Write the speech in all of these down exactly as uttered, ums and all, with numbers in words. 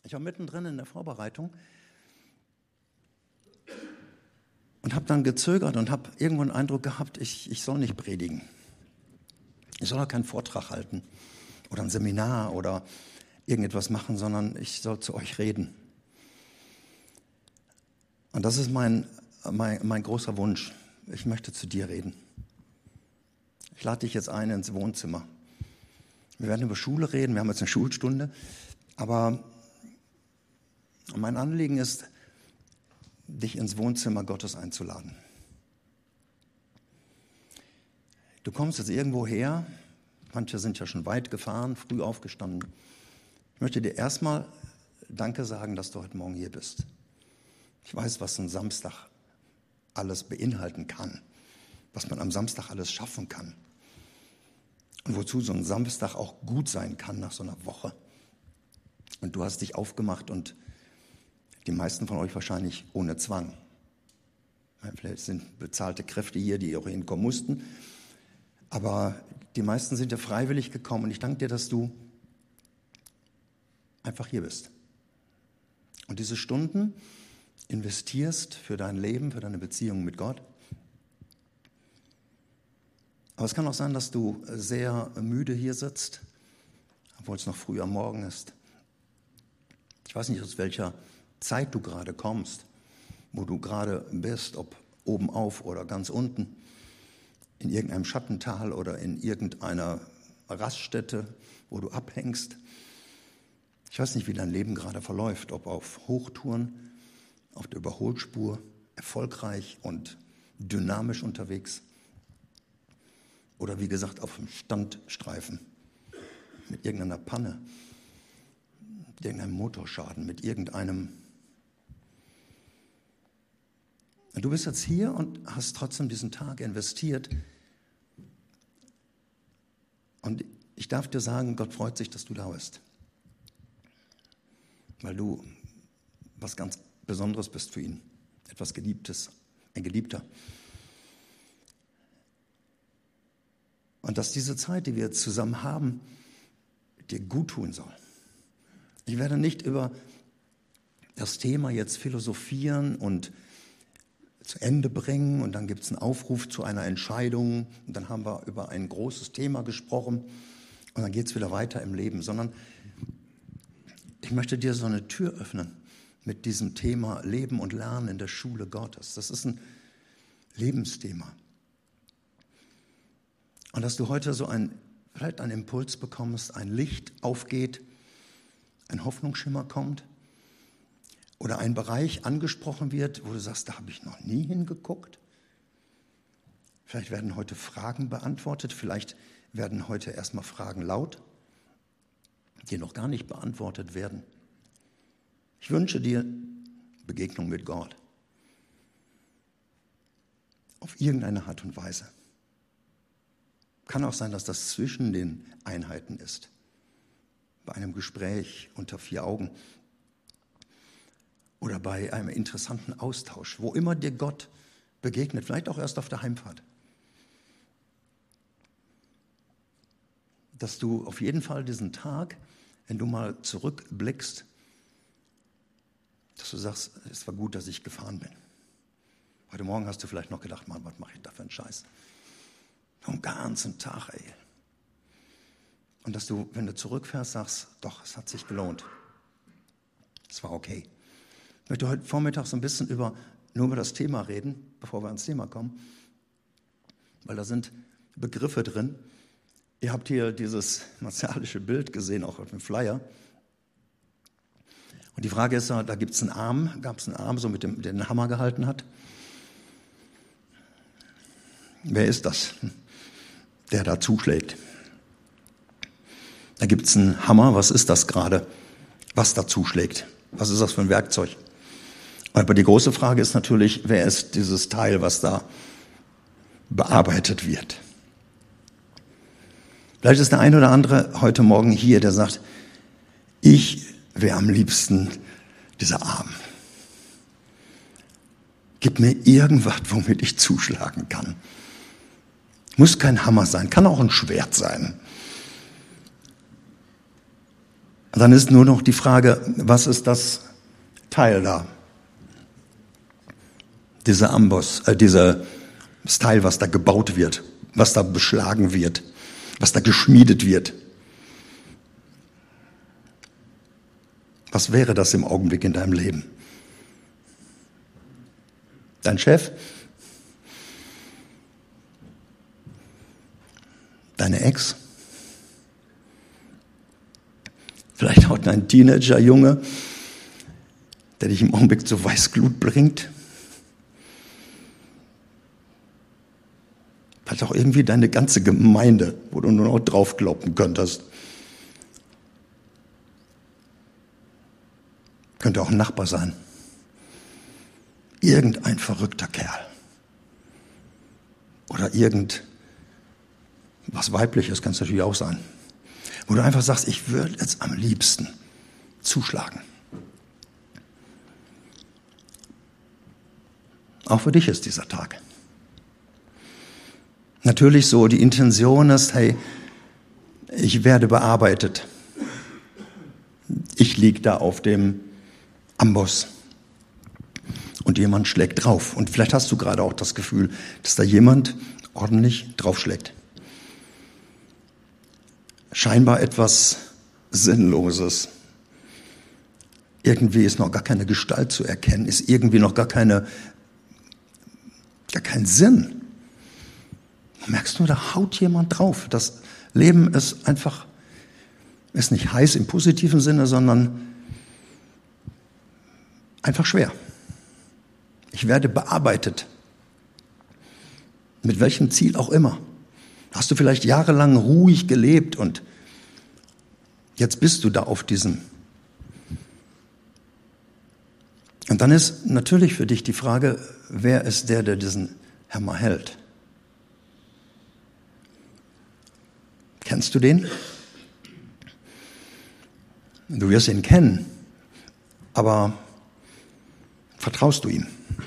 Ich war mittendrin in der Vorbereitung und habe dann gezögert und habe irgendwo den Eindruck gehabt, ich, ich soll nicht predigen. Ich soll auch keinen Vortrag halten oder ein Seminar oder irgendetwas machen, sondern ich soll zu euch reden. Und das ist mein, mein, mein großer Wunsch. Ich möchte zu dir reden. Ich lade dich jetzt ein ins Wohnzimmer. Wir werden über Schule reden, wir haben jetzt eine Schulstunde, aber mein Anliegen ist, dich ins Wohnzimmer Gottes einzuladen. Du kommst jetzt irgendwo her, manche sind ja schon weit gefahren, früh aufgestanden. Ich möchte dir erstmal Danke sagen, dass du heute Morgen hier bist. Ich weiß, was ein Samstag alles beinhalten kann, was man am Samstag alles schaffen kann und wozu so ein Samstag auch gut sein kann nach so einer Woche. Und du hast dich aufgemacht und die meisten von euch wahrscheinlich ohne Zwang. Vielleicht sind bezahlte Kräfte hier, die auch hinkommen mussten, aber die meisten sind ja freiwillig gekommen und ich danke dir, dass du einfach hier bist und diese Stunden investierst für dein Leben, für deine Beziehung mit Gott. Aber es kann auch sein, dass du sehr müde hier sitzt, obwohl es noch früh am Morgen ist. Ich weiß nicht, aus welcher Zeit du gerade kommst, wo du gerade bist, ob oben auf oder ganz unten, in irgendeinem Schattental oder in irgendeiner Raststätte, wo du abhängst. Ich weiß nicht, wie dein Leben gerade verläuft, ob auf Hochtouren, auf der Überholspur, erfolgreich und dynamisch unterwegs oder wie gesagt auf dem Standstreifen mit irgendeiner Panne, mit irgendeinem Motorschaden, mit irgendeinem. Du bist jetzt hier und hast trotzdem diesen Tag investiert und ich darf dir sagen, Gott freut sich, dass du da bist, weil du was ganz Besonderes bist für ihn, etwas Geliebtes, ein Geliebter. Und dass diese Zeit, die wir jetzt zusammen haben, dir gut tun soll. Ich werde nicht über das Thema jetzt philosophieren und zu Ende bringen und dann gibt es einen Aufruf zu einer Entscheidung und dann haben wir über ein großes Thema gesprochen und dann geht es wieder weiter im Leben, sondern ich möchte dir so eine Tür öffnen mit diesem Thema Leben und Lernen in der Schule Gottes. Das ist ein Lebensthema. Und dass du heute so ein, vielleicht einen Impuls bekommst, ein Licht aufgeht, ein Hoffnungsschimmer kommt oder ein Bereich angesprochen wird, wo du sagst, da habe ich noch nie hingeguckt. Vielleicht werden heute Fragen beantwortet, vielleicht werden heute erstmal Fragen laut, die noch gar nicht beantwortet werden. Ich wünsche dir Begegnung mit Gott. Auf irgendeine Art und Weise. Kann auch sein, dass das zwischen den Einheiten ist. Bei einem Gespräch unter vier Augen. Oder bei einem interessanten Austausch. Wo immer dir Gott begegnet. Vielleicht auch erst auf der Heimfahrt. Dass du auf jeden Fall diesen Tag, wenn du mal zurückblickst, dass du sagst, es war gut, dass ich gefahren bin. Heute Morgen hast du vielleicht noch gedacht, Mann, was mache ich da für einen Scheiß? Den ganzen Tag, ey. Und dass du, wenn du zurückfährst, sagst, doch, es hat sich gelohnt. Es war okay. Ich möchte heute Vormittag so ein bisschen über, nur über das Thema reden, bevor wir ans Thema kommen, weil da sind Begriffe drin. Ihr habt hier dieses martialische Bild gesehen, auch auf dem Flyer. Und die Frage ist, da gibt es einen Arm, gab es einen Arm, so mit dem, der den Hammer gehalten hat. Wer ist das, der da zuschlägt? Da gibt es einen Hammer, was ist das gerade, was da zuschlägt? Was ist das für ein Werkzeug? Aber die große Frage ist natürlich, wer ist dieses Teil, was da bearbeitet wird? Vielleicht ist der eine oder andere heute Morgen hier, der sagt, ich wäre am liebsten dieser Arm. Gib mir irgendwas, womit ich zuschlagen kann. Muss kein Hammer sein, kann auch ein Schwert sein. Dann ist nur noch die Frage, was ist das Teil da? Dieser Amboss, äh, dieser, das Teil, was da gebaut wird, was da beschlagen wird, was da geschmiedet wird. Was wäre das im Augenblick in deinem Leben? Dein Chef? Deine Ex? Vielleicht auch dein Teenager-Junge, der dich im Augenblick zu Weißglut bringt? Vielleicht auch irgendwie deine ganze Gemeinde, wo du nur noch draufkloppen könntest. Könnte auch ein Nachbar sein. Irgendein verrückter Kerl. Oder irgend was Weibliches kann es natürlich auch sein. Wo du einfach sagst, ich würde jetzt am liebsten zuschlagen. Auch für dich ist dieser Tag. Natürlich so, die Intention ist, hey, ich werde bearbeitet. Ich liege da auf dem Amboss und jemand schlägt drauf. Und vielleicht hast du gerade auch das Gefühl, dass da jemand ordentlich draufschlägt. Scheinbar etwas Sinnloses. Irgendwie ist noch gar keine Gestalt zu erkennen, ist irgendwie noch gar keine, gar kein Sinn. Merkst du, da haut jemand drauf. Das Leben ist einfach, ist nicht heiß im positiven Sinne, sondern einfach schwer. Ich werde bearbeitet. Mit welchem Ziel auch immer. Hast du vielleicht jahrelang ruhig gelebt und jetzt bist du da auf diesem. Und dann ist natürlich für dich die Frage, wer ist der, der diesen Hammer hält? Kennst du den? Du wirst ihn kennen, aber vertraust du ihm?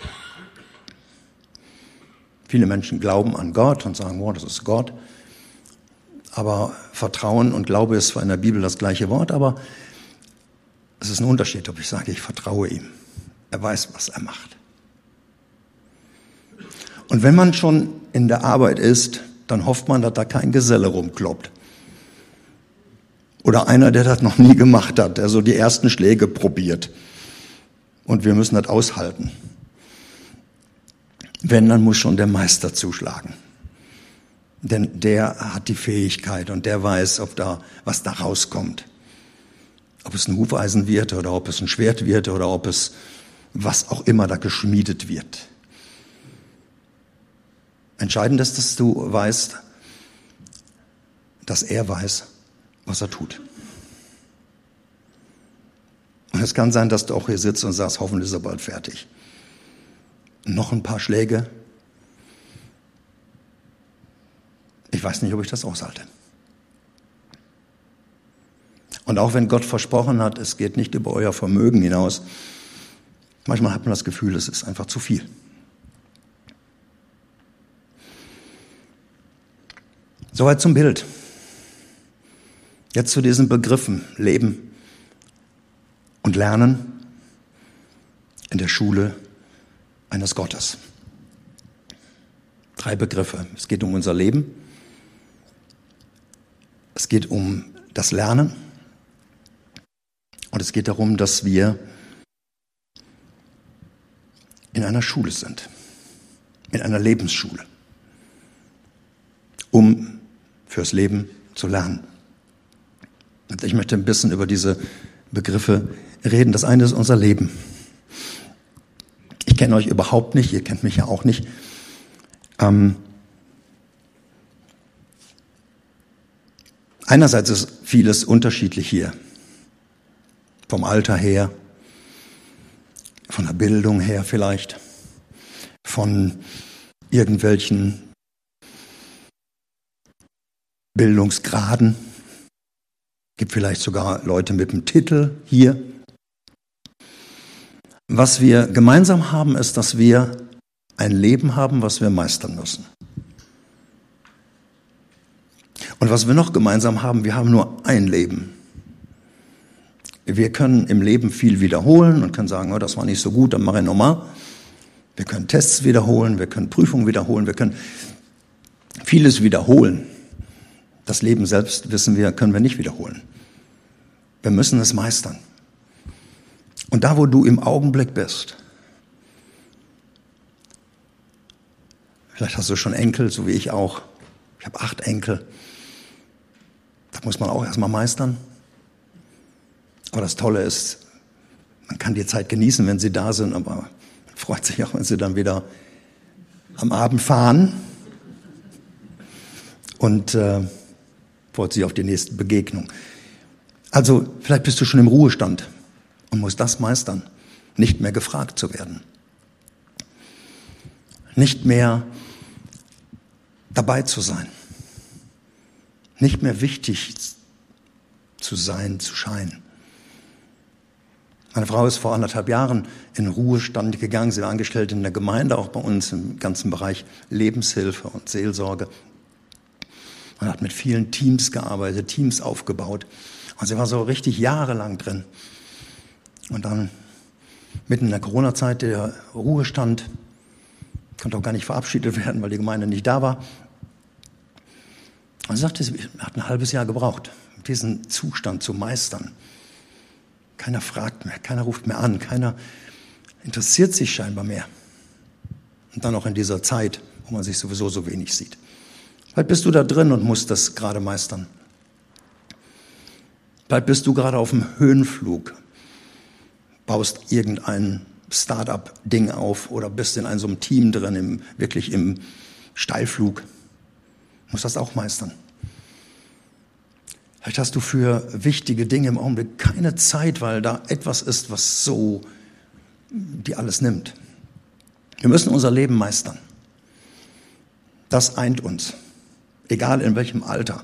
Viele Menschen glauben an Gott und sagen, wow, das ist Gott. Aber Vertrauen und Glaube ist zwar in der Bibel das gleiche Wort, aber es ist ein Unterschied, ob ich sage, ich vertraue ihm. Er weiß, was er macht. Und wenn man schon in der Arbeit ist, dann hofft man, dass da kein Geselle rumkloppt. Oder einer, der das noch nie gemacht hat, der so die ersten Schläge probiert. Und wir müssen das aushalten. Wenn, dann muss schon der Meister zuschlagen. Denn der hat die Fähigkeit und der weiß, ob da, was da rauskommt. Ob es ein Hufeisen wird oder ob es ein Schwert wird oder ob es was auch immer da geschmiedet wird. Entscheidend ist, dass du weißt, dass er weiß, was er tut. Und es kann sein, dass du auch hier sitzt und sagst, hoffentlich ist er bald fertig. Noch ein paar Schläge. Ich weiß nicht, ob ich das aushalte. Und auch wenn Gott versprochen hat, es geht nicht über euer Vermögen hinaus, manchmal hat man das Gefühl, es ist einfach zu viel. Soweit zum Bild. Jetzt zu diesen Begriffen Leben und Lernen in der Schule eines Gottes. Drei Begriffe. Es geht um unser Leben. Es geht um das Lernen. Und es geht darum, dass wir in einer Schule sind. In einer Lebensschule. Um fürs Leben zu lernen. Und ich möchte ein bisschen über diese Begriffe reden. Das eine ist unser Leben. Ich kenne euch überhaupt nicht, ihr kennt mich ja auch nicht. Ähm, einerseits ist vieles unterschiedlich hier. Vom Alter her, von der Bildung her vielleicht, von irgendwelchen Bildungsgraden. Gibt vielleicht sogar Leute mit dem Titel hier. Was wir gemeinsam haben, ist, dass wir ein Leben haben, was wir meistern müssen. Und was wir noch gemeinsam haben, wir haben nur ein Leben. Wir können im Leben viel wiederholen und können sagen, oh, das war nicht so gut, dann mache ich nochmal. Wir können Tests wiederholen, wir können Prüfungen wiederholen, wir können vieles wiederholen. Das Leben selbst, wissen wir, können wir nicht wiederholen. Wir müssen es meistern. Und da, wo du im Augenblick bist, vielleicht hast du schon Enkel, so wie ich auch. Ich habe acht Enkel. Das muss man auch erstmal meistern. Aber das Tolle ist, man kann die Zeit genießen, wenn sie da sind, aber man freut sich auch, wenn sie dann wieder am Abend fahren und äh, freut sich auf die nächste Begegnung. Also vielleicht bist du schon im Ruhestand und musst das meistern, nicht mehr gefragt zu werden, nicht mehr dabei zu sein, nicht mehr wichtig zu sein, zu scheinen. Meine Frau ist vor anderthalb Jahren in den Ruhestand gegangen. Sie war angestellt in der Gemeinde, auch bei uns im ganzen Bereich Lebenshilfe und Seelsorge. Man hat mit vielen Teams gearbeitet, Teams aufgebaut. Und sie war so richtig jahrelang drin. Und dann mitten in der Corona-Zeit der Ruhestand, konnte auch gar nicht verabschiedet werden, weil die Gemeinde nicht da war. Und sie sagte, sie hat ein halbes Jahr gebraucht, diesen Zustand zu meistern. Keiner fragt mehr, keiner ruft mehr an, keiner interessiert sich scheinbar mehr. Und dann auch in dieser Zeit, wo man sich sowieso so wenig sieht. Vielleicht bist du da drin und musst das gerade meistern. Vielleicht bist du gerade auf dem Höhenflug, baust irgendein Start-up-Ding auf oder bist in einem so einem Team drin, im, wirklich im Steilflug. Musst das auch meistern. Vielleicht hast du für wichtige Dinge im Augenblick keine Zeit, weil da etwas ist, was so die alles nimmt. Wir müssen unser Leben meistern. Das eint uns, egal in welchem Alter.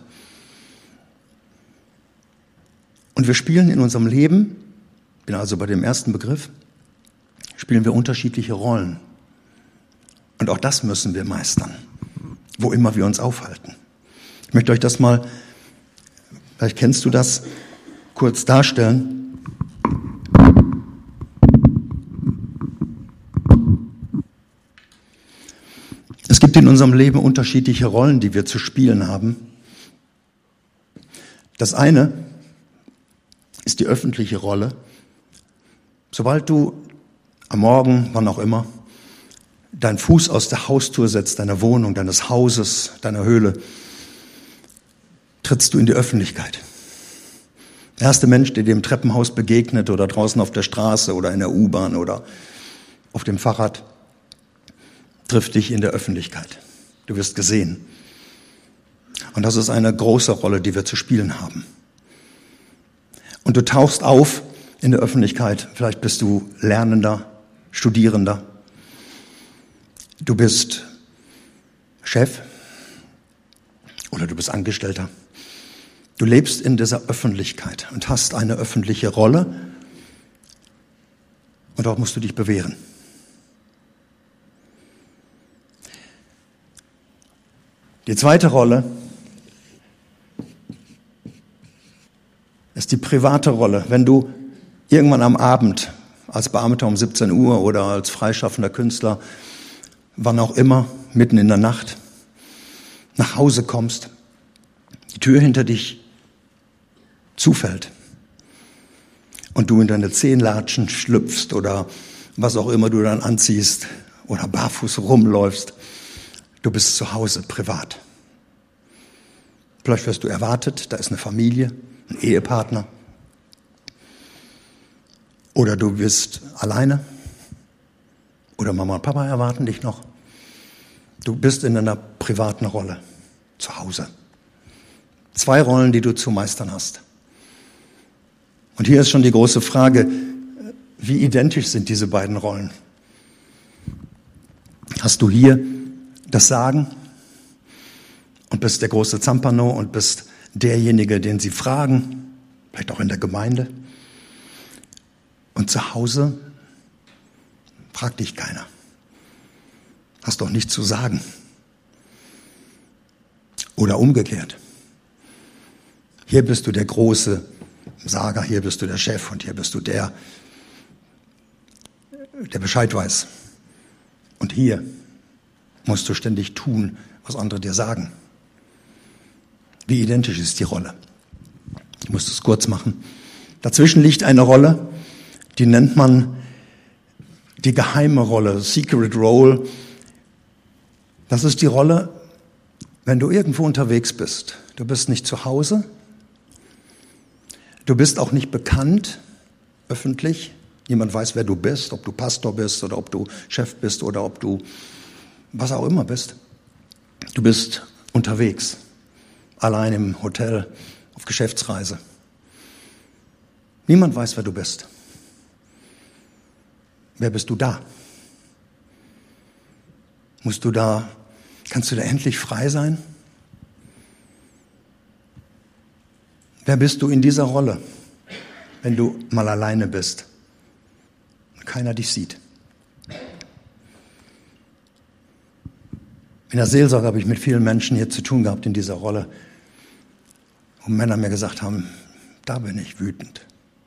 Und wir spielen in unserem Leben, bin also bei dem ersten Begriff, spielen wir unterschiedliche Rollen. Und auch das müssen wir meistern, wo immer wir uns aufhalten. Ich möchte euch das mal, vielleicht kennst du das, kurz darstellen. Es gibt in unserem Leben unterschiedliche Rollen, die wir zu spielen haben. Das eine ist die öffentliche Rolle. Sobald du am Morgen, wann auch immer, deinen Fuß aus der Haustür setzt, deiner Wohnung, deines Hauses, deiner Höhle, trittst du in die Öffentlichkeit. Der erste Mensch, der dir im Treppenhaus begegnet oder draußen auf der Straße oder in der U-Bahn oder auf dem Fahrrad, trifft dich in der Öffentlichkeit. Du wirst gesehen. Und das ist eine große Rolle, die wir zu spielen haben. Und du tauchst auf in der Öffentlichkeit. Vielleicht bist du Lernender, Studierender. Du bist Chef oder du bist Angestellter. Du lebst in dieser Öffentlichkeit und hast eine öffentliche Rolle und dort musst du dich bewähren. Die zweite Rolle ist die private Rolle. Wenn du irgendwann am Abend als Beamter um siebzehn Uhr oder als freischaffender Künstler, wann auch immer, mitten in der Nacht, nach Hause kommst, die Tür hinter dich zufällt und du in deine Zehenlatschen schlüpfst oder was auch immer du dann anziehst oder barfuß rumläufst, du bist zu Hause, privat. Vielleicht wirst du erwartet, da ist eine Familie, ein Ehepartner. Oder du bist alleine. Oder Mama und Papa erwarten dich noch. Du bist in einer privaten Rolle, zu Hause. Zwei Rollen, die du zu meistern hast. Und hier ist schon die große Frage, wie identisch sind diese beiden Rollen? Hast du hier das Sagen und bist der große Zampano und bist derjenige, den sie fragen, vielleicht auch in der Gemeinde. Und zu Hause fragt dich keiner. Hast doch nichts zu sagen. Oder umgekehrt. Hier bist du der große Sager, hier bist du der Chef und hier bist du der, der Bescheid weiß. Und hier musst du ständig tun, was andere dir sagen. Wie identisch ist die Rolle? Ich muss das kurz machen. Dazwischen liegt eine Rolle, die nennt man die geheime Rolle, Secret Role. Das ist die Rolle, wenn du irgendwo unterwegs bist. Du bist nicht zu Hause, du bist auch nicht bekannt, öffentlich. Niemand weiß, wer du bist, ob du Pastor bist oder ob du Chef bist oder ob du was auch immer bist. Du bist unterwegs, allein im Hotel, auf Geschäftsreise. Niemand weiß, wer du bist. Wer bist du da? Musst du da, kannst du da endlich frei sein? Wer bist du in dieser Rolle, wenn du mal alleine bist und keiner dich sieht? In der Seelsorge habe ich mit vielen Menschen hier zu tun gehabt in dieser Rolle, wo Männer mir gesagt haben, da bin ich wütend.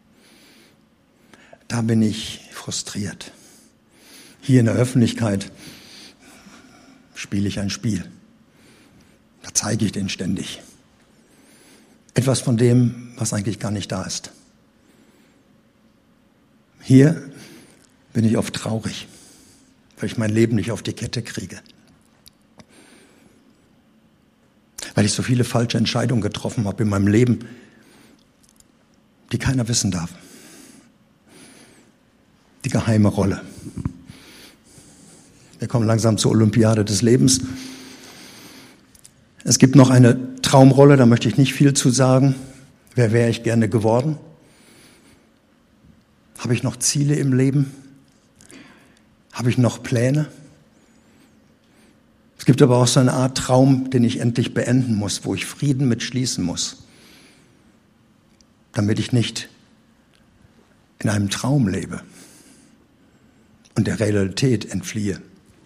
Da bin ich frustriert. Hier in der Öffentlichkeit spiele ich ein Spiel. Da zeige ich den ständig. Etwas von dem, was eigentlich gar nicht da ist. Hier bin ich oft traurig, weil ich mein Leben nicht auf die Kette kriege. Weil ich so viele falsche Entscheidungen getroffen habe in meinem Leben, die keiner wissen darf. Die geheime Rolle. Wir kommen langsam zur Olympiade des Lebens. Es gibt noch eine Traumrolle, da möchte ich nicht viel zu sagen. Wer wäre ich gerne geworden? Habe ich noch Ziele im Leben? Habe ich noch Pläne? Es gibt aber auch so eine Art Traum, den ich endlich beenden muss, wo ich Frieden mit schließen muss, damit ich nicht in einem Traum lebe und der Realität entfliehe.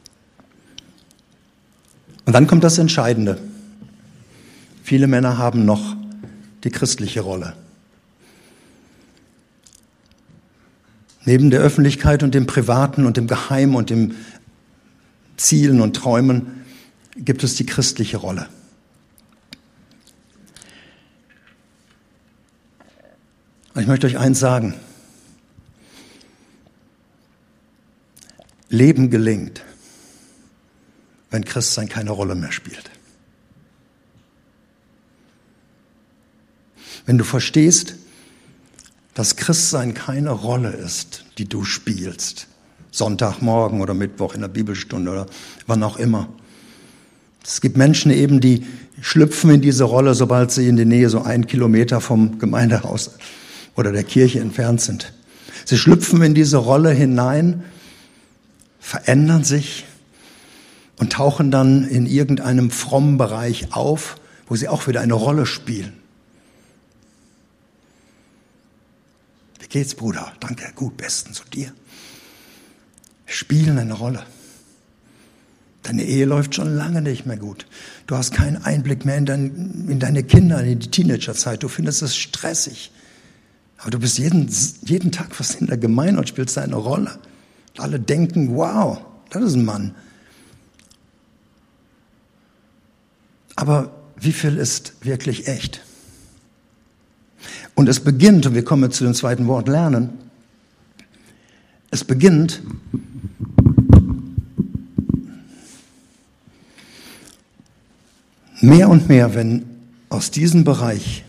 Und dann kommt das Entscheidende. Viele Männer haben noch die christliche Rolle. Neben der Öffentlichkeit und dem Privaten und dem Geheimen und dem Zielen und Träumen gibt es die christliche Rolle. Und ich möchte euch eins sagen. Leben gelingt, wenn Christsein keine Rolle mehr spielt. Wenn du verstehst, dass Christsein keine Rolle ist, die du spielst, Sonntagmorgen oder Mittwoch in der Bibelstunde oder wann auch immer. Es gibt Menschen eben, die schlüpfen in diese Rolle, sobald sie in der Nähe so einen Kilometer vom Gemeindehaus oder der Kirche entfernt sind. Sie schlüpfen in diese Rolle hinein, verändern sich und tauchen dann in irgendeinem frommen Bereich auf, wo sie auch wieder eine Rolle spielen. Wie geht's, Bruder? Danke, gut, bestens. Und dir? Wir spielen eine Rolle. Deine Ehe läuft schon lange nicht mehr gut. Du hast keinen Einblick mehr in, dein, in deine Kinder, in die Teenagerzeit. Du findest es stressig. Aber du bist jeden, jeden Tag fast in der Gemeinde und spielst deine Rolle. Und alle denken, wow, das ist ein Mann. Aber wie viel ist wirklich echt? Und es beginnt, und wir kommen zu dem zweiten Wort, lernen. Es beginnt mehr und mehr, wenn aus diesem Bereich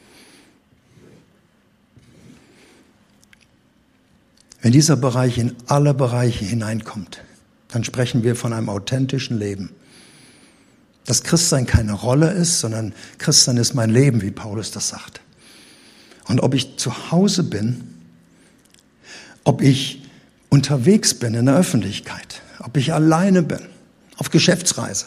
wenn dieser Bereich in alle Bereiche hineinkommt, dann sprechen wir von einem authentischen Leben. Dass Christsein keine Rolle ist, sondern Christsein ist mein Leben, wie Paulus das sagt. Und ob ich zu Hause bin, ob ich unterwegs bin in der Öffentlichkeit, ob ich alleine bin, auf Geschäftsreise,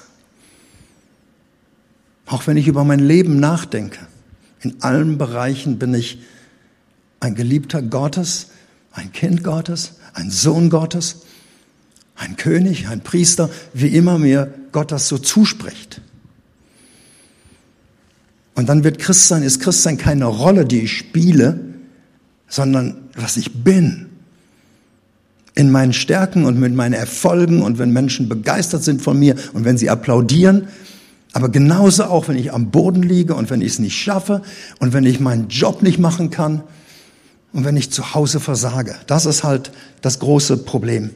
auch wenn ich über mein Leben nachdenke, in allen Bereichen bin ich ein Geliebter Gottes, ein Kind Gottes, ein Sohn Gottes, ein König, ein Priester, wie immer mir Gott das so zuspricht. Und dann wird Christsein, ist Christsein keine Rolle, die ich spiele, sondern was ich bin. In meinen Stärken und mit meinen Erfolgen und wenn Menschen begeistert sind von mir und wenn sie applaudieren, aber genauso auch, wenn ich am Boden liege und wenn ich es nicht schaffe und wenn ich meinen Job nicht machen kann und wenn ich zu Hause versage. Das ist halt das große Problem.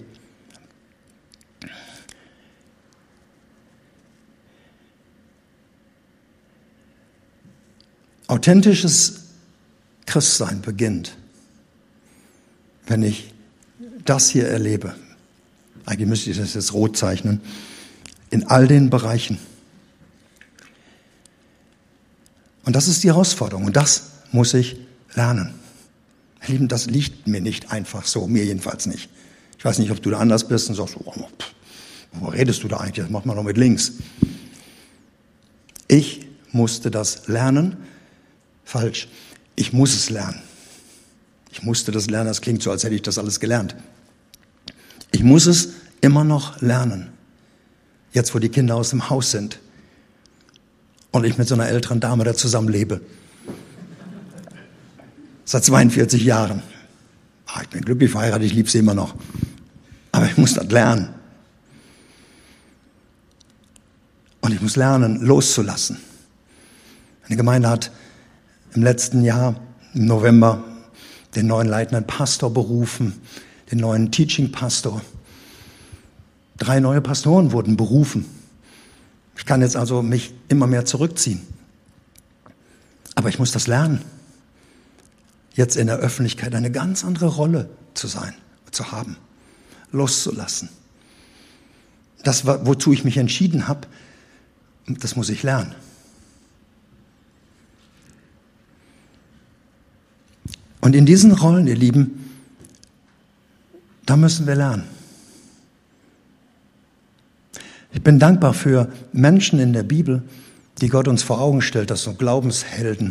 Authentisches Christsein beginnt, wenn ich das hier erlebe. Eigentlich müsste ich das jetzt rot zeichnen. In all den Bereichen. Und das ist die Herausforderung. Und das muss ich lernen. Ihr Lieben, das liegt mir nicht einfach so. Mir jedenfalls nicht. Ich weiß nicht, ob du da anders bist und sagst, oh, pff, wo redest du da eigentlich? Das macht man doch mit links. Ich musste das lernen. Falsch. Ich muss es lernen. Ich musste das lernen. Das klingt so, als hätte ich das alles gelernt. Ich muss es immer noch lernen. Jetzt, wo die Kinder aus dem Haus sind und ich mit so einer älteren Dame da zusammenlebe. Seit zweiundvierzig Jahren. Ah, ich bin glücklich verheiratet, ich liebe sie immer noch. Aber ich muss das lernen. Und ich muss lernen, loszulassen. Eine Gemeinde hat im letzten Jahr, im November, den neuen leitenden Pastor berufen, den neuen Teaching-Pastor. Drei neue Pastoren wurden berufen. Ich kann jetzt also mich immer mehr zurückziehen. Aber ich muss das lernen, jetzt in der Öffentlichkeit eine ganz andere Rolle zu sein, zu haben, loszulassen. Das, wozu ich mich entschieden habe, das muss ich lernen. Und in diesen Rollen, ihr Lieben, da müssen wir lernen. Ich bin dankbar für Menschen in der Bibel, die Gott uns vor Augen stellt, das so Glaubenshelden,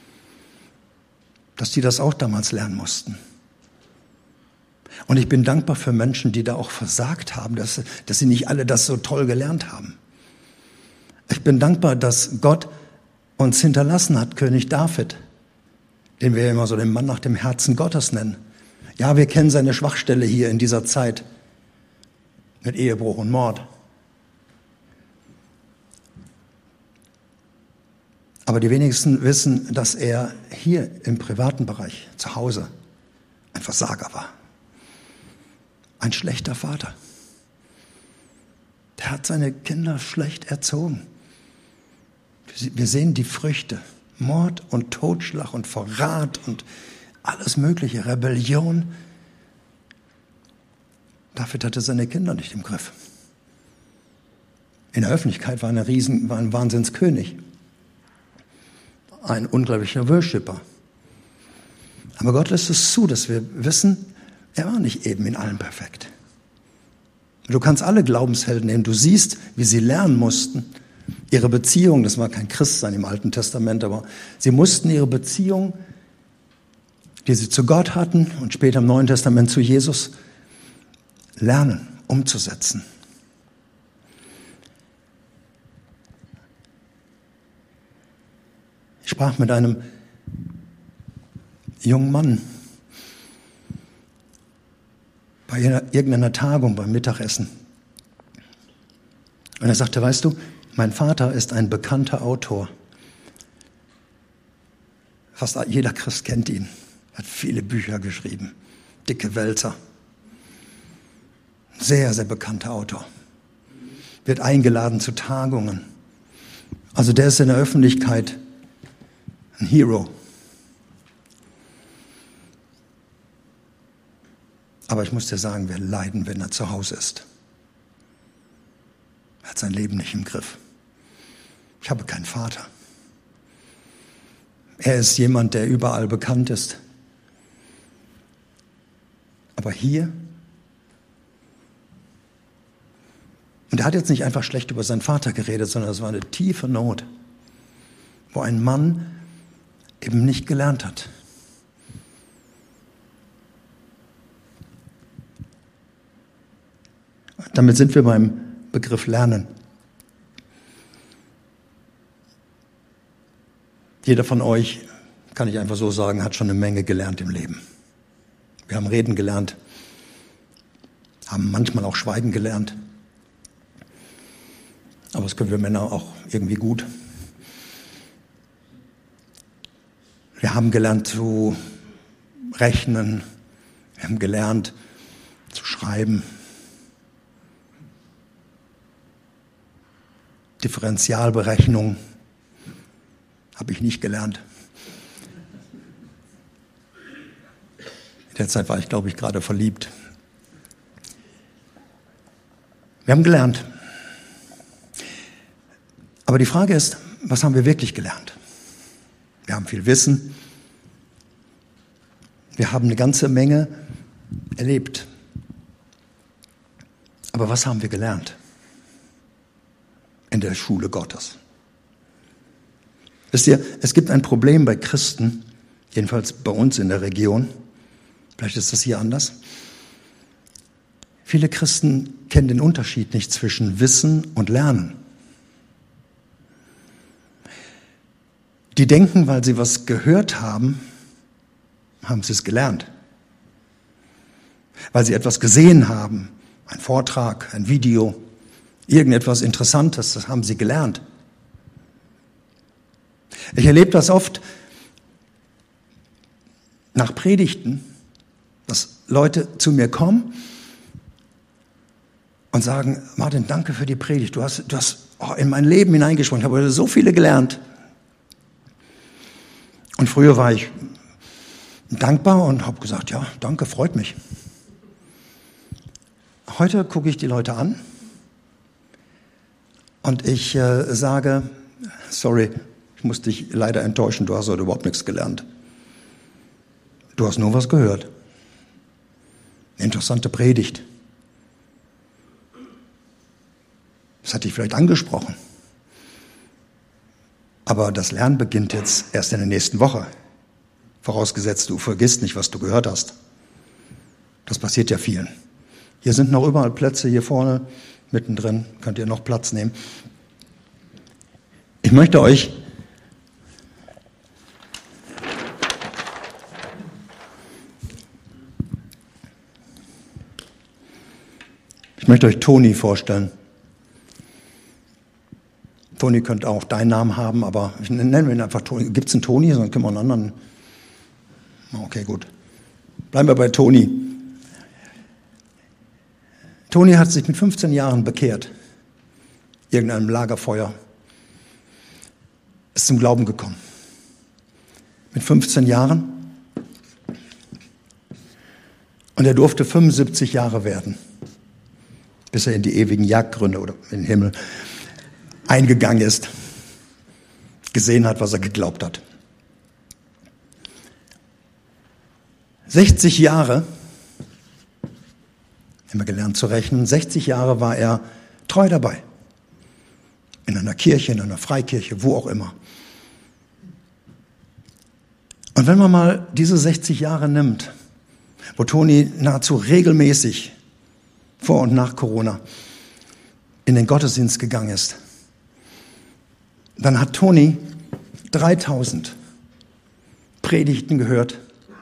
dass die das auch damals lernen mussten. Und ich bin dankbar für Menschen, die da auch versagt haben, dass, dass sie nicht alle das so toll gelernt haben. Ich bin dankbar, dass Gott uns hinterlassen hat, König David, den wir immer so den Mann nach dem Herzen Gottes nennen. Ja, wir kennen seine Schwachstelle hier in dieser Zeit mit Ehebruch und Mord. Aber die wenigsten wissen, dass er hier im privaten Bereich, zu Hause, ein Versager war. Ein schlechter Vater. Der hat seine Kinder schlecht erzogen. Wir sehen die Früchte. Mord und Totschlag und Verrat und alles mögliche, Rebellion. David hatte seine Kinder nicht im Griff. In der Öffentlichkeit war, eine Riesen, war ein Wahnsinnskönig. Ein unglaublicher Worshipper. Aber Gott lässt es zu, dass wir wissen, er war nicht eben in allem perfekt. Du kannst alle Glaubenshelden nehmen. Du siehst, wie sie lernen mussten. Ihre Beziehung, das war kein Christsein im Alten Testament, aber sie mussten ihre Beziehung, die sie zu Gott hatten und später im Neuen Testament zu Jesus, lernen, umzusetzen. Ich sprach mit einem jungen Mann bei irgendeiner Tagung, beim Mittagessen. Und er sagte, weißt du, mein Vater ist ein bekannter Autor. Fast jeder Christ kennt ihn. Er hat viele Bücher geschrieben. Dicke Wälzer. Sehr, sehr bekannter Autor. Wird eingeladen zu Tagungen. Also der ist in der Öffentlichkeit ein Hero. Aber ich muss dir sagen, wir leiden, wenn er zu Hause ist. Er hat sein Leben nicht im Griff. Ich habe keinen Vater. Er ist jemand, der überall bekannt ist. Aber hier, und er hat jetzt nicht einfach schlecht über seinen Vater geredet, sondern es war eine tiefe Not, wo ein Mann eben nicht gelernt hat. Damit sind wir beim Begriff Lernen. Jeder von euch kann ich einfach so sagen, hat schon eine Menge gelernt im Leben. Wir haben reden gelernt, haben manchmal auch schweigen gelernt. Aber das können wir Männer auch irgendwie gut. Wir haben gelernt zu rechnen, wir haben gelernt zu schreiben. Differentialberechnung habe ich nicht gelernt. In der Zeit war ich, glaube ich, gerade verliebt. Wir haben gelernt. Aber die Frage ist, was haben wir wirklich gelernt? Wir haben viel Wissen. Wir haben eine ganze Menge erlebt. Aber was haben wir gelernt in der Schule Gottes? Wisst ihr, es gibt ein Problem bei Christen, jedenfalls bei uns in der Region. Vielleicht ist das hier anders. Viele Christen kennen den Unterschied nicht zwischen Wissen und Lernen. Die denken, weil sie was gehört haben, haben sie es gelernt. Weil sie etwas gesehen haben, ein Vortrag, ein Video, irgendetwas Interessantes, das haben sie gelernt. Ich erlebe das oft nach Predigten, dass Leute zu mir kommen und sagen, Martin, danke für die Predigt, du hast, du hast oh, in mein Leben hineingesprochen, ich habe heute so viele gelernt. Und früher war ich dankbar und habe gesagt, ja, danke, freut mich. Heute gucke ich die Leute an und ich äh, sage, sorry, ich muss dich leider enttäuschen, du hast heute überhaupt nichts gelernt. Du hast nur was gehört. Eine interessante Predigt. Das hat dich vielleicht angesprochen. Aber das Lernen beginnt jetzt erst in der nächsten Woche. Vorausgesetzt, du vergisst nicht, was du gehört hast. Das passiert ja vielen. Hier sind noch überall Plätze, hier vorne, mittendrin, könnt ihr noch Platz nehmen. Ich möchte euch ich möchte euch Toni vorstellen. Toni könnte auch deinen Namen haben, aber ich nenne ihn einfach Toni. Gibt es einen Toni? Sonst können wir einen anderen. Okay, gut. Bleiben wir bei Toni. Toni hat sich mit fünfzehn Jahren bekehrt. Irgendeinem Lagerfeuer. Ist zum Glauben gekommen. Mit fünfzehn Jahren. Und er durfte fünfundsiebzig Jahre werden. Bis er in die ewigen Jagdgründe oder in den Himmel eingegangen ist, gesehen hat, was er geglaubt hat. sechzig Jahre, haben wir gelernt zu rechnen, sechzig Jahre war er treu dabei. In einer Kirche, in einer Freikirche, wo auch immer. Und wenn man mal diese sechzig Jahre nimmt, wo Toni nahezu regelmäßig vor und nach Corona in den Gottesdienst gegangen ist, dann hat Toni dreitausend Predigten gehört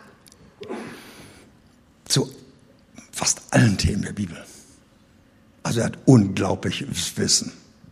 zu fast allen Themen der Bibel. Also er hat unglaubliches Wissen.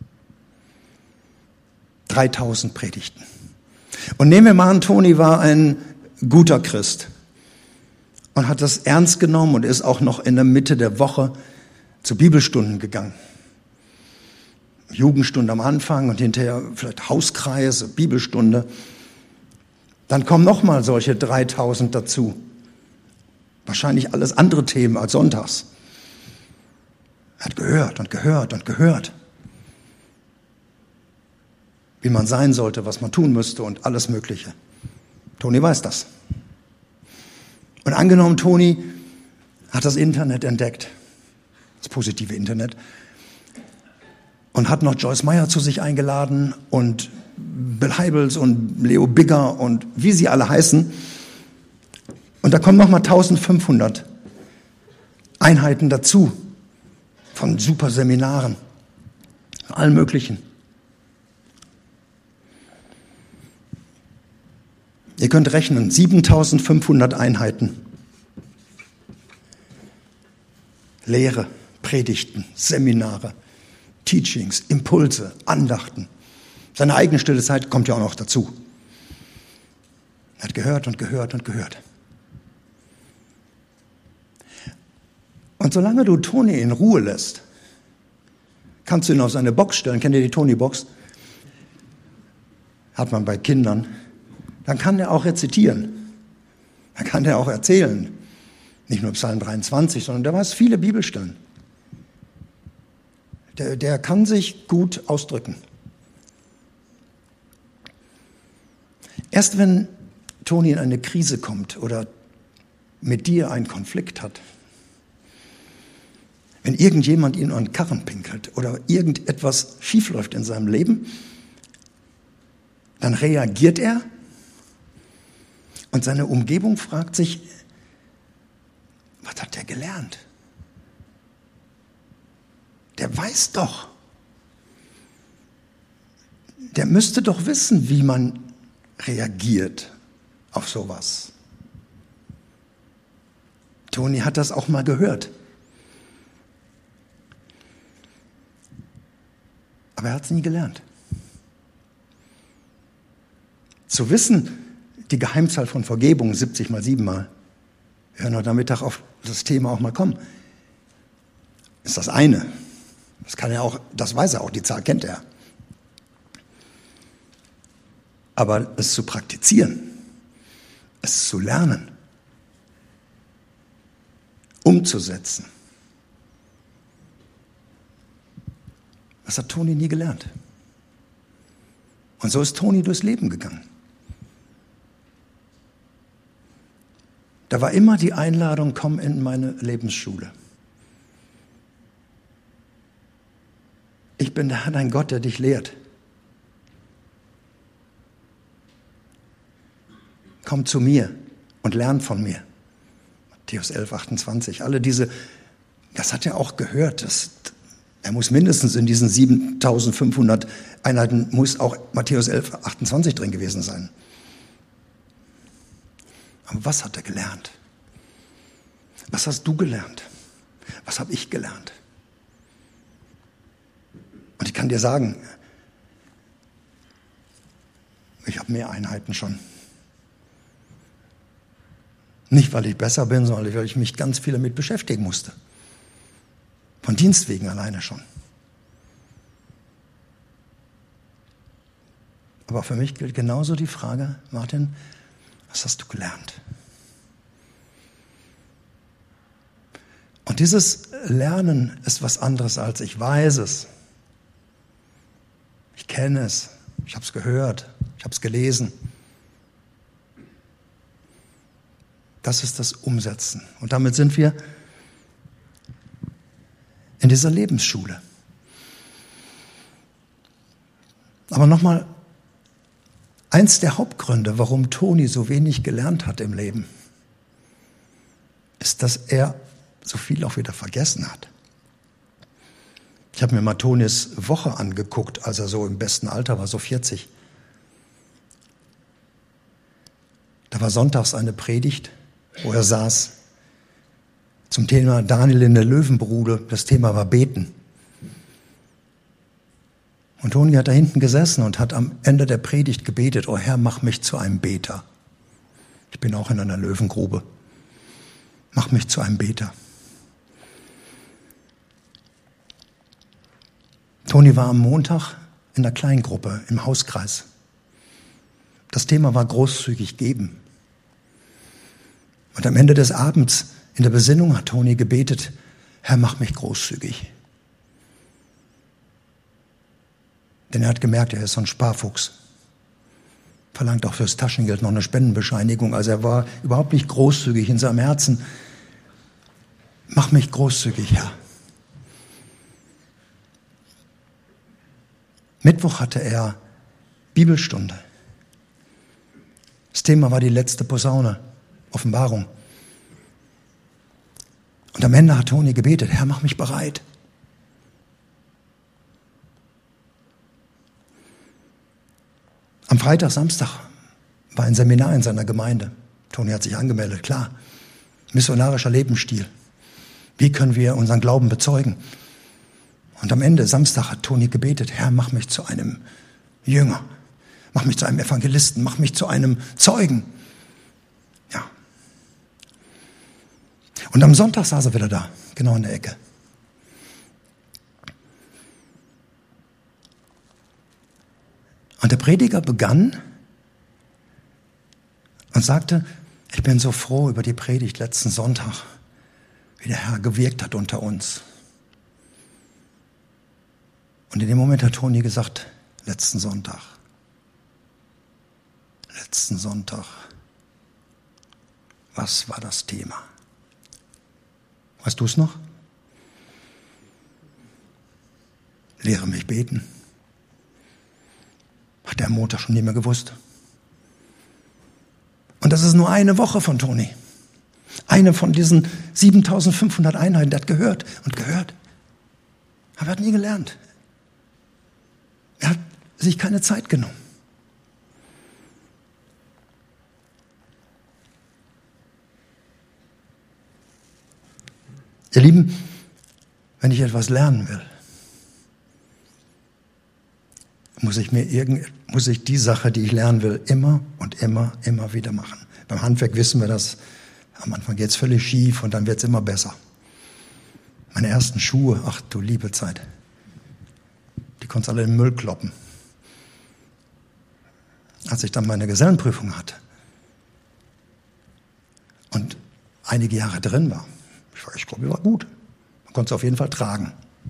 dreitausend Predigten. Und nehmen wir mal an, Toni war ein guter Christ und hat das ernst genommen und ist auch noch in der Mitte der Woche zu Bibelstunden gegangen. Jugendstunde am Anfang und hinterher vielleicht Hauskreis, Bibelstunde. Dann kommen nochmal solche dreitausend dazu. Wahrscheinlich alles andere Themen als sonntags. Er hat gehört und gehört und gehört. Wie man sein sollte, was man tun müsste und alles Mögliche. Toni weiß das. Und angenommen, Toni hat das Internet entdeckt, das positive Internet, und hat noch Joyce Meyer zu sich eingeladen und Bill Hybels und Leo Bigger und wie sie alle heißen. Und da kommen nochmal eintausendfünfhundert Einheiten dazu von super Seminaren, allen möglichen. Ihr könnt rechnen, siebentausendfünfhundert Einheiten. Lehre, Predigten, Seminare, Teachings, Impulse, Andachten. Seine eigene stille Zeit kommt ja auch noch dazu. Er hat gehört und gehört und gehört. Und solange du Toni in Ruhe lässt, kannst du ihn auf seine Box stellen. Kennt ihr die Toni-Box? Hat man bei Kindern. Dann kann er auch rezitieren. Dann kann er auch erzählen. Nicht nur Psalm dreiundzwanzig, sondern der weiß viele Bibelstellen. Der, der kann sich gut ausdrücken. Erst wenn Toni in eine Krise kommt oder mit dir einen Konflikt hat, wenn irgendjemand ihn an den Karren pinkelt oder irgendetwas schiefläuft in seinem Leben, dann reagiert er und seine Umgebung fragt sich, was hat der gelernt? Der weiß doch. Der müsste doch wissen, wie man reagiert auf sowas. Toni hat das auch mal gehört. Aber er hat es nie gelernt. Zu wissen, die Geheimzahl von Vergebung, siebzig mal sieben mal, wir werden heute Nachmittag auf das Thema auch mal kommen, ist das eine. Das kann er auch, das weiß er auch, die Zahl kennt er. Aber es zu praktizieren, es zu lernen, umzusetzen, das hat Toni nie gelernt. Und so ist Toni durchs Leben gegangen. Da war immer die Einladung, komm in meine Lebensschule. Ich bin der Herr, dein Gott, der dich lehrt. Komm zu mir und lern von mir. Matthäus elf, achtundzwanzig. Alle diese, das hat er auch gehört. Das, er muss mindestens in diesen siebentausendfünfhundert Einheiten, muss auch Matthäus elf, achtundzwanzig drin gewesen sein. Aber was hat er gelernt? Was hast du gelernt? Was habe ich gelernt? Und ich kann dir sagen, ich habe mehr Einheiten schon. Nicht, weil ich besser bin, sondern weil ich mich ganz viel damit beschäftigen musste. Von Dienst wegen alleine schon. Aber für mich gilt genauso die Frage, Martin, was hast du gelernt? Und dieses Lernen ist was anderes als ich weiß es. Ich kenne es, ich habe es gehört, ich habe es gelesen. Das ist das Umsetzen. Und damit sind wir in dieser Lebensschule. Aber nochmal, eins der Hauptgründe, warum Toni so wenig gelernt hat im Leben, ist, dass er so viel auch wieder vergessen hat. Ich habe mir mal Tonis Woche angeguckt, als er so im besten Alter war, so vierzig. Da war sonntags eine Predigt, wo er saß, zum Thema Daniel in der Löwengrube. Das Thema war Beten. Und Toni hat da hinten gesessen und hat am Ende der Predigt gebetet, oh Herr, mach mich zu einem Beter. Ich bin auch in einer Löwengrube. Mach mich zu einem Beter. Toni war am Montag in der Kleingruppe im Hauskreis. Das Thema war großzügig geben. Und am Ende des Abends in der Besinnung hat Toni gebetet, Herr, mach mich großzügig. Denn er hat gemerkt, er ist so ein Sparfuchs. Verlangt auch fürs Taschengeld noch eine Spendenbescheinigung. Also er war überhaupt nicht großzügig in seinem Herzen. Mach mich großzügig, Herr. Mittwoch hatte er Bibelstunde. Das Thema war die letzte Posaune, Offenbarung. Und am Ende hat Toni gebetet, Herr, mach mich bereit. Am Freitag, Samstag war ein Seminar in seiner Gemeinde. Toni hat sich angemeldet, klar. Missionarischer Lebensstil. Wie können wir unseren Glauben bezeugen? Und am Ende, Samstag, hat Toni gebetet, Herr, mach mich zu einem Jünger. Mach mich zu einem Evangelisten. Mach mich zu einem Zeugen. Ja. Und am Sonntag saß er wieder da, genau in der Ecke. Und der Prediger begann und sagte, ich bin so froh über die Predigt letzten Sonntag, wie der Herr gewirkt hat unter uns. Und in dem Moment hat Toni gesagt, letzten Sonntag, letzten Sonntag, was war das Thema? Weißt du es noch? Lehre mich beten. Hat er am Montag schon nicht mehr gewusst. Und das ist nur eine Woche von Toni. Eine von diesen siebentausendfünfhundert Einheiten, der hat gehört und gehört. Aber er hat nie gelernt. Er hat sich keine Zeit genommen. Ihr Lieben, wenn ich etwas lernen will, muss ich mir irgend, muss ich die Sache, die ich lernen will, immer und immer, immer wieder machen. Beim Handwerk wissen wir das. Am Anfang geht es völlig schief und dann wird es immer besser. Meine ersten Schuhe, ach du liebe Zeit, die konntest alle in den Müll kloppen. Als ich dann meine Gesellenprüfung hatte und einige Jahre drin war, ich, ich glaube, ich war gut. Man konnte es auf jeden Fall tragen.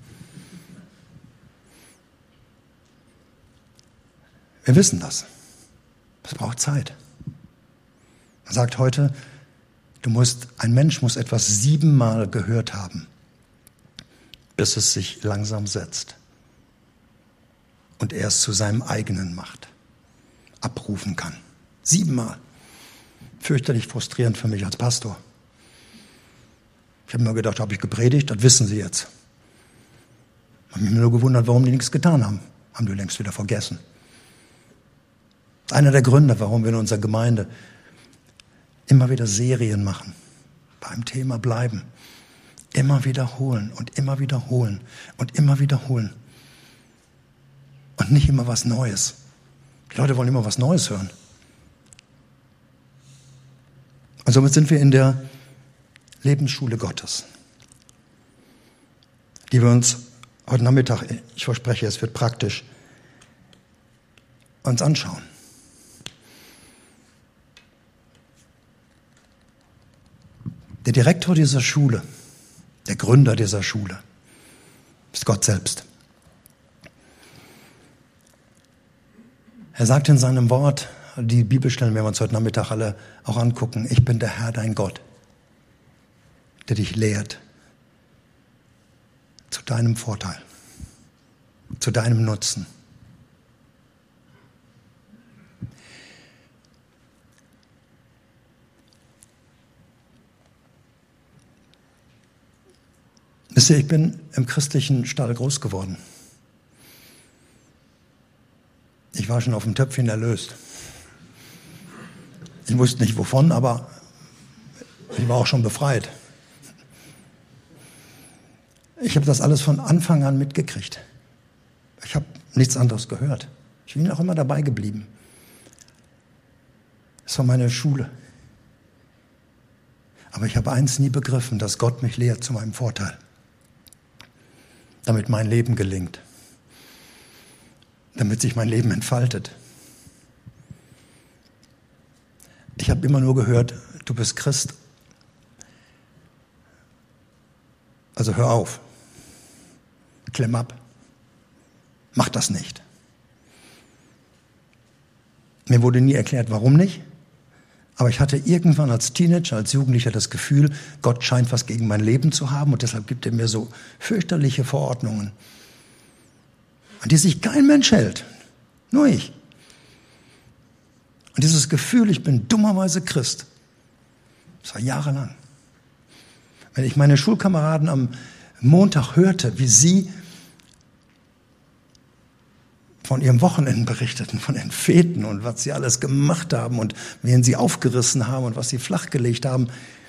Wir wissen das. Das braucht Zeit. Man sagt heute, du musst, ein Mensch muss etwas siebenmal gehört haben, bis es sich langsam setzt und er es zu seinem eigenen macht, abrufen kann. Siebenmal. Fürchterlich frustrierend für mich als Pastor. Ich habe mir gedacht, habe ich gepredigt, das wissen sie jetzt. Ich habe mich nur gewundert, warum die nichts getan haben. Haben die längst wieder vergessen. Das ist einer der Gründe, warum wir in unserer Gemeinde immer wieder Serien machen, beim Thema bleiben, immer wiederholen und immer wiederholen und immer wiederholen und nicht immer was Neues. Die Leute wollen immer was Neues hören. Und somit sind wir in der Lebensschule Gottes, die wir uns heute Nachmittag, ich verspreche, es wird praktisch, uns anschauen. Der Direktor dieser Schule, der Gründer dieser Schule, ist Gott selbst. Er sagt in seinem Wort, die Bibelstellen werden wir uns heute Nachmittag alle auch angucken, ich bin der Herr, dein Gott, der dich lehrt zu deinem Vorteil, zu deinem Nutzen. Wisst ihr, ich bin im christlichen Stall groß geworden. Ich war schon auf dem Töpfchen erlöst. Ich wusste nicht wovon, aber ich war auch schon befreit. Ich habe das alles von Anfang an mitgekriegt. Ich habe nichts anderes gehört. Ich bin auch immer dabei geblieben. Es war meine Schule. Aber ich habe eins nie begriffen, dass Gott mich lehrt zu meinem Vorteil. Damit mein Leben gelingt. Damit sich mein Leben entfaltet. Ich habe immer nur gehört, du bist Christ. Also hör auf. Klemm ab. Mach das nicht. Mir wurde nie erklärt, warum nicht. Aber ich hatte irgendwann als Teenager, als Jugendlicher das Gefühl, Gott scheint was gegen mein Leben zu haben und deshalb gibt er mir so fürchterliche Verordnungen, an die sich kein Mensch hält, nur ich. Und dieses Gefühl, ich bin dummerweise Christ, das war jahrelang. Wenn ich meine Schulkameraden am Montag hörte, wie sie von ihrem Wochenende berichteten, von den Feten und was sie alles gemacht haben und wen sie aufgerissen haben und was sie flachgelegt haben,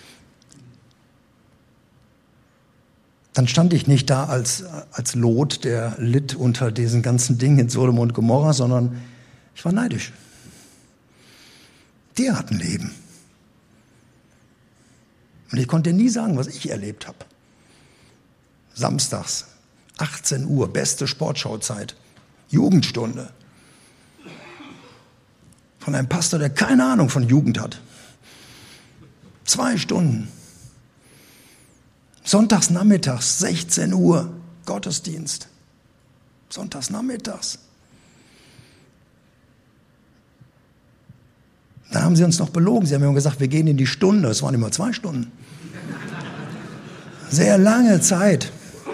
dann stand ich nicht da als, als Lot, der litt unter diesen ganzen Dingen in Sodom und Gomorra, sondern ich war neidisch. Die hatten Leben. Und ich konnte nie sagen, was ich erlebt habe. Samstags, achtzehn Uhr, beste Sportschauzeit, Jugendstunde. Von einem Pastor, der keine Ahnung von Jugend hat. Zwei Stunden. Sonntags nachmittags, sechzehn Uhr, Gottesdienst. Sonntags nachmittags. Dann haben sie uns noch belogen. Sie haben immer gesagt, wir gehen in die Stunde. Es waren immer zwei Stunden. Sehr lange Zeit.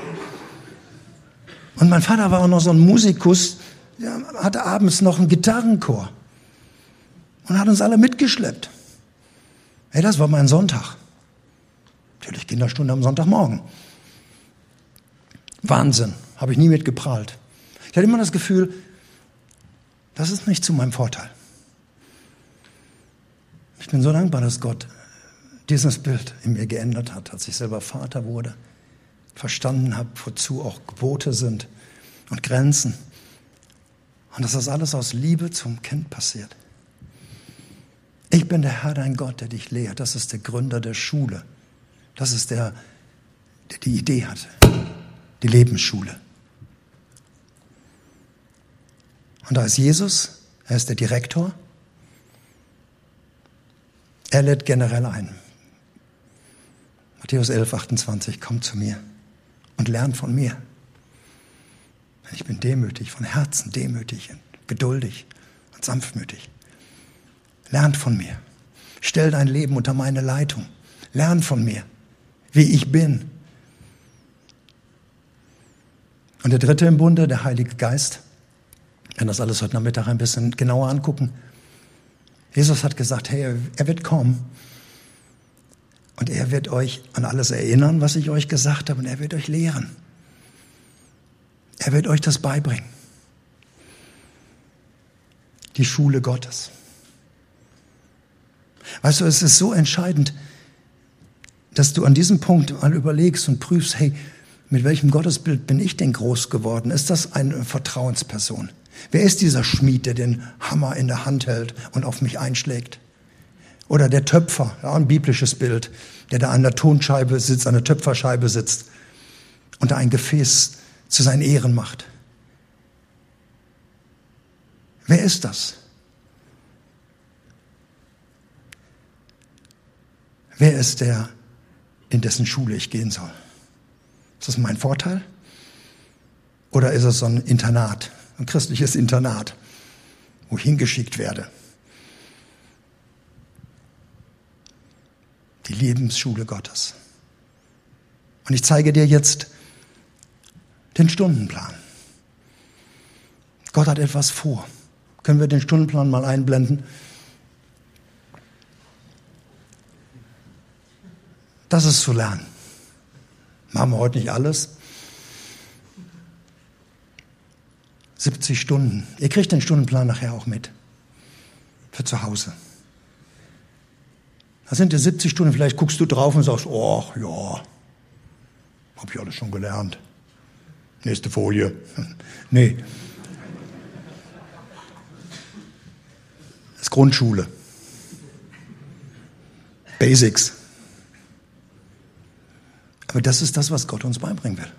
Und mein Vater war auch noch so ein Musikus, der hatte abends noch einen Gitarrenchor und hat uns alle mitgeschleppt. Hey, das war mein Sonntag. Natürlich Kinderstunde am Sonntagmorgen. Wahnsinn, habe ich nie mitgeprahlt. Ich hatte immer das Gefühl, das ist nicht zu meinem Vorteil. Ich bin so dankbar, dass Gott dieses Bild in mir geändert hat, als ich selber Vater wurde, verstanden habe, wozu auch Gebote sind und Grenzen. Und dass das alles aus Liebe zum Kind passiert. Ich bin der Herr, dein Gott, der dich lehrt. Das ist der Gründer der Schule. Das ist der, der die Idee hatte. Die Lebensschule. Und da ist Jesus, er ist der Direktor. Er lädt generell ein. Matthäus elf, achtundzwanzig, kommt zu mir und lernt von mir. Ich bin demütig, von Herzen demütig und geduldig und sanftmütig. Lernt von mir. Stell dein Leben unter meine Leitung. Lern von mir, wie ich bin. Und der dritte im Bunde, der Heilige Geist. Wir werden das alles heute Nachmittag ein bisschen genauer angucken. Jesus hat gesagt, hey, er wird kommen und er wird euch an alles erinnern, was ich euch gesagt habe, und er wird euch lehren. Er wird euch das beibringen. Die Schule Gottes. Weißt du, es ist so entscheidend, dass du an diesem Punkt mal überlegst und prüfst, hey, mit welchem Gottesbild bin ich denn groß geworden? Ist das eine Vertrauensperson? Wer ist dieser Schmied, der den Hammer in der Hand hält und auf mich einschlägt? Oder der Töpfer, ja, ein biblisches Bild, der da an der Tonscheibe sitzt, an der Töpferscheibe sitzt und da ein Gefäß zu seinen Ehren macht. Wer ist das? Wer ist der, in dessen Schule ich gehen soll? Ist das mein Vorteil? Oder ist es so ein Internat, ein christliches Internat, wo ich hingeschickt werde? Die Lebensschule Gottes. Und ich zeige dir jetzt den Stundenplan. Gott hat etwas vor. Können wir den Stundenplan mal einblenden? Das ist zu lernen. Machen wir heute nicht alles. siebzig Stunden. Ihr kriegt den Stundenplan nachher auch mit. Für zu Hause. Da sind die siebzig Stunden, vielleicht guckst du drauf und sagst, oh ja, habe ich alles schon gelernt. Nächste Folie. Nee. Das ist Grundschule. Basics. Aber das ist das, was Gott uns beibringen will.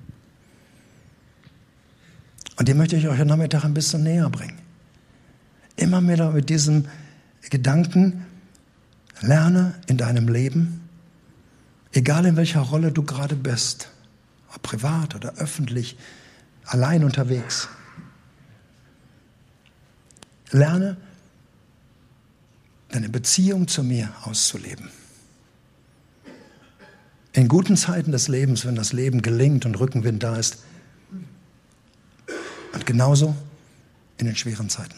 Und den möchte ich euch heute Nachmittag ein bisschen näher bringen. Immer mehr mit diesem Gedanken, lerne in deinem Leben, egal in welcher Rolle du gerade bist, ob privat oder öffentlich, allein unterwegs. Lerne, deine Beziehung zu mir auszuleben. In guten Zeiten des Lebens, wenn das Leben gelingt und Rückenwind da ist. Und genauso in den schweren Zeiten.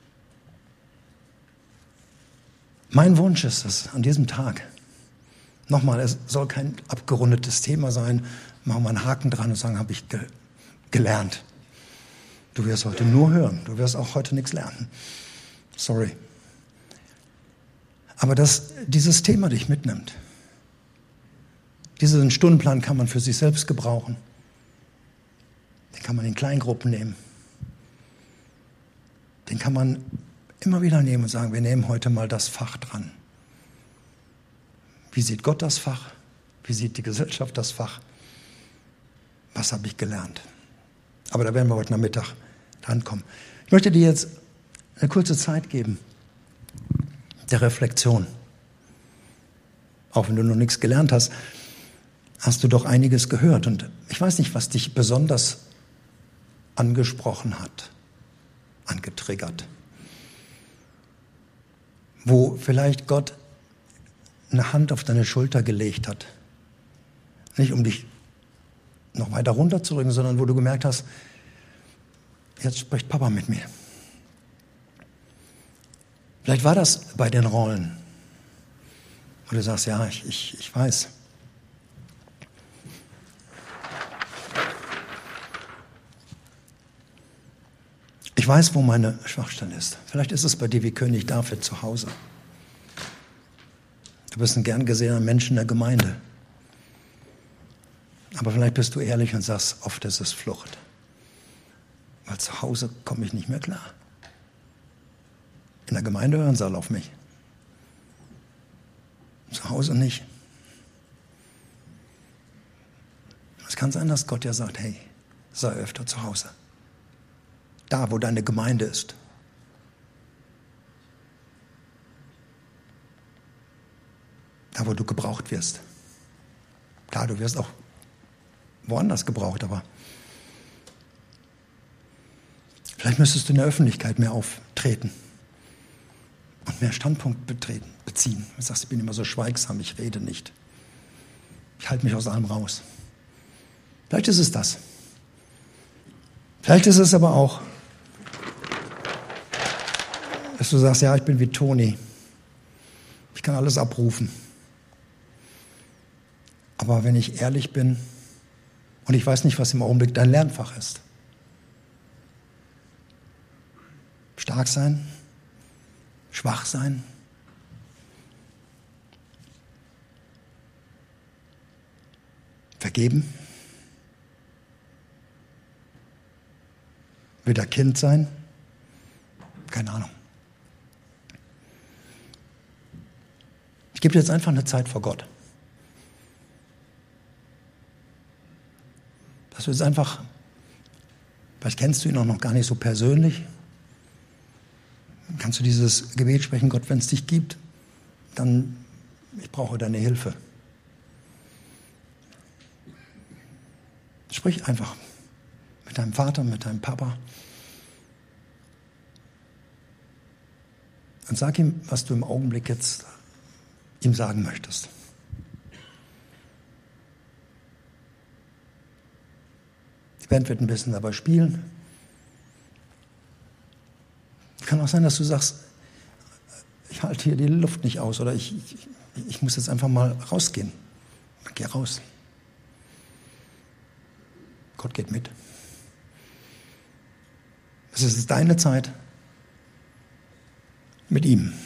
Mein Wunsch ist es, an diesem Tag Nochmal, es soll kein abgerundetes Thema sein. Machen wir einen Haken dran und sagen, habe ich ge gelernt. Du wirst heute nur hören. Du wirst auch heute nichts lernen. Sorry. Aber dass dieses Thema dich mitnimmt. Diesen Stundenplan kann man für sich selbst gebrauchen. Den kann man in Kleingruppen nehmen. Den kann man immer wieder nehmen und sagen, wir nehmen heute mal das Fach dran. Wie sieht Gott das Fach? Wie sieht die Gesellschaft das Fach? Was habe ich gelernt? Aber da werden wir heute Nachmittag drankommen. Ich möchte dir jetzt eine kurze Zeit geben der Reflexion. Auch wenn du noch nichts gelernt hast, hast du doch einiges gehört. Und ich weiß nicht, was dich besonders angesprochen hat, angetriggert. Wo vielleicht Gott eine Hand auf deine Schulter gelegt hat. Nicht um dich noch weiter runterzurücken, sondern wo du gemerkt hast, jetzt spricht Papa mit mir. Vielleicht war das bei den Rollen, wo du sagst, ja, ich, ich, ich weiß. Ich weiß, wo meine Schwachstelle ist. Vielleicht ist es bei dir wie König David zu Hause. Du bist ein gern gesehener Mensch in der Gemeinde. Aber vielleicht bist du ehrlich und sagst, oft ist es Flucht. Weil zu Hause komme ich nicht mehr klar. In der Gemeinde hören sie alle auf mich. Zu Hause nicht. Es kann sein, dass Gott ja sagt, hey, sei öfter zu Hause. Da, wo deine Gemeinde ist. Da, wo du gebraucht wirst. Klar, du wirst auch woanders gebraucht, aber vielleicht müsstest du in der Öffentlichkeit mehr auftreten und mehr Standpunkt betreten, beziehen. Du sagst, ich bin immer so schweigsam, ich rede nicht. Ich halte mich aus allem raus. Vielleicht ist es das. Vielleicht ist es aber auch, dass du sagst, ja, ich bin wie Toni. Ich kann alles abrufen. Aber wenn ich ehrlich bin, und ich weiß nicht, was im Augenblick dein Lernfach ist. Stark sein, schwach sein, vergeben, wieder Kind sein, keine Ahnung. Ich gebe dir jetzt einfach eine Zeit vor Gott. Dass du jetzt einfach, vielleicht kennst du ihn auch noch gar nicht so persönlich, kannst du dieses Gebet sprechen, Gott, wenn es dich gibt, dann, ich brauche deine Hilfe. Sprich einfach mit deinem Vater, mit deinem Papa und sag ihm, was du im Augenblick jetzt ihm sagen möchtest. Die Band wird ein bisschen dabei spielen. Es kann auch sein, dass du sagst, ich halte hier die Luft nicht aus oder ich, ich, ich muss jetzt einfach mal rausgehen. Geh raus. Gott geht mit. Es ist deine Zeit mit ihm.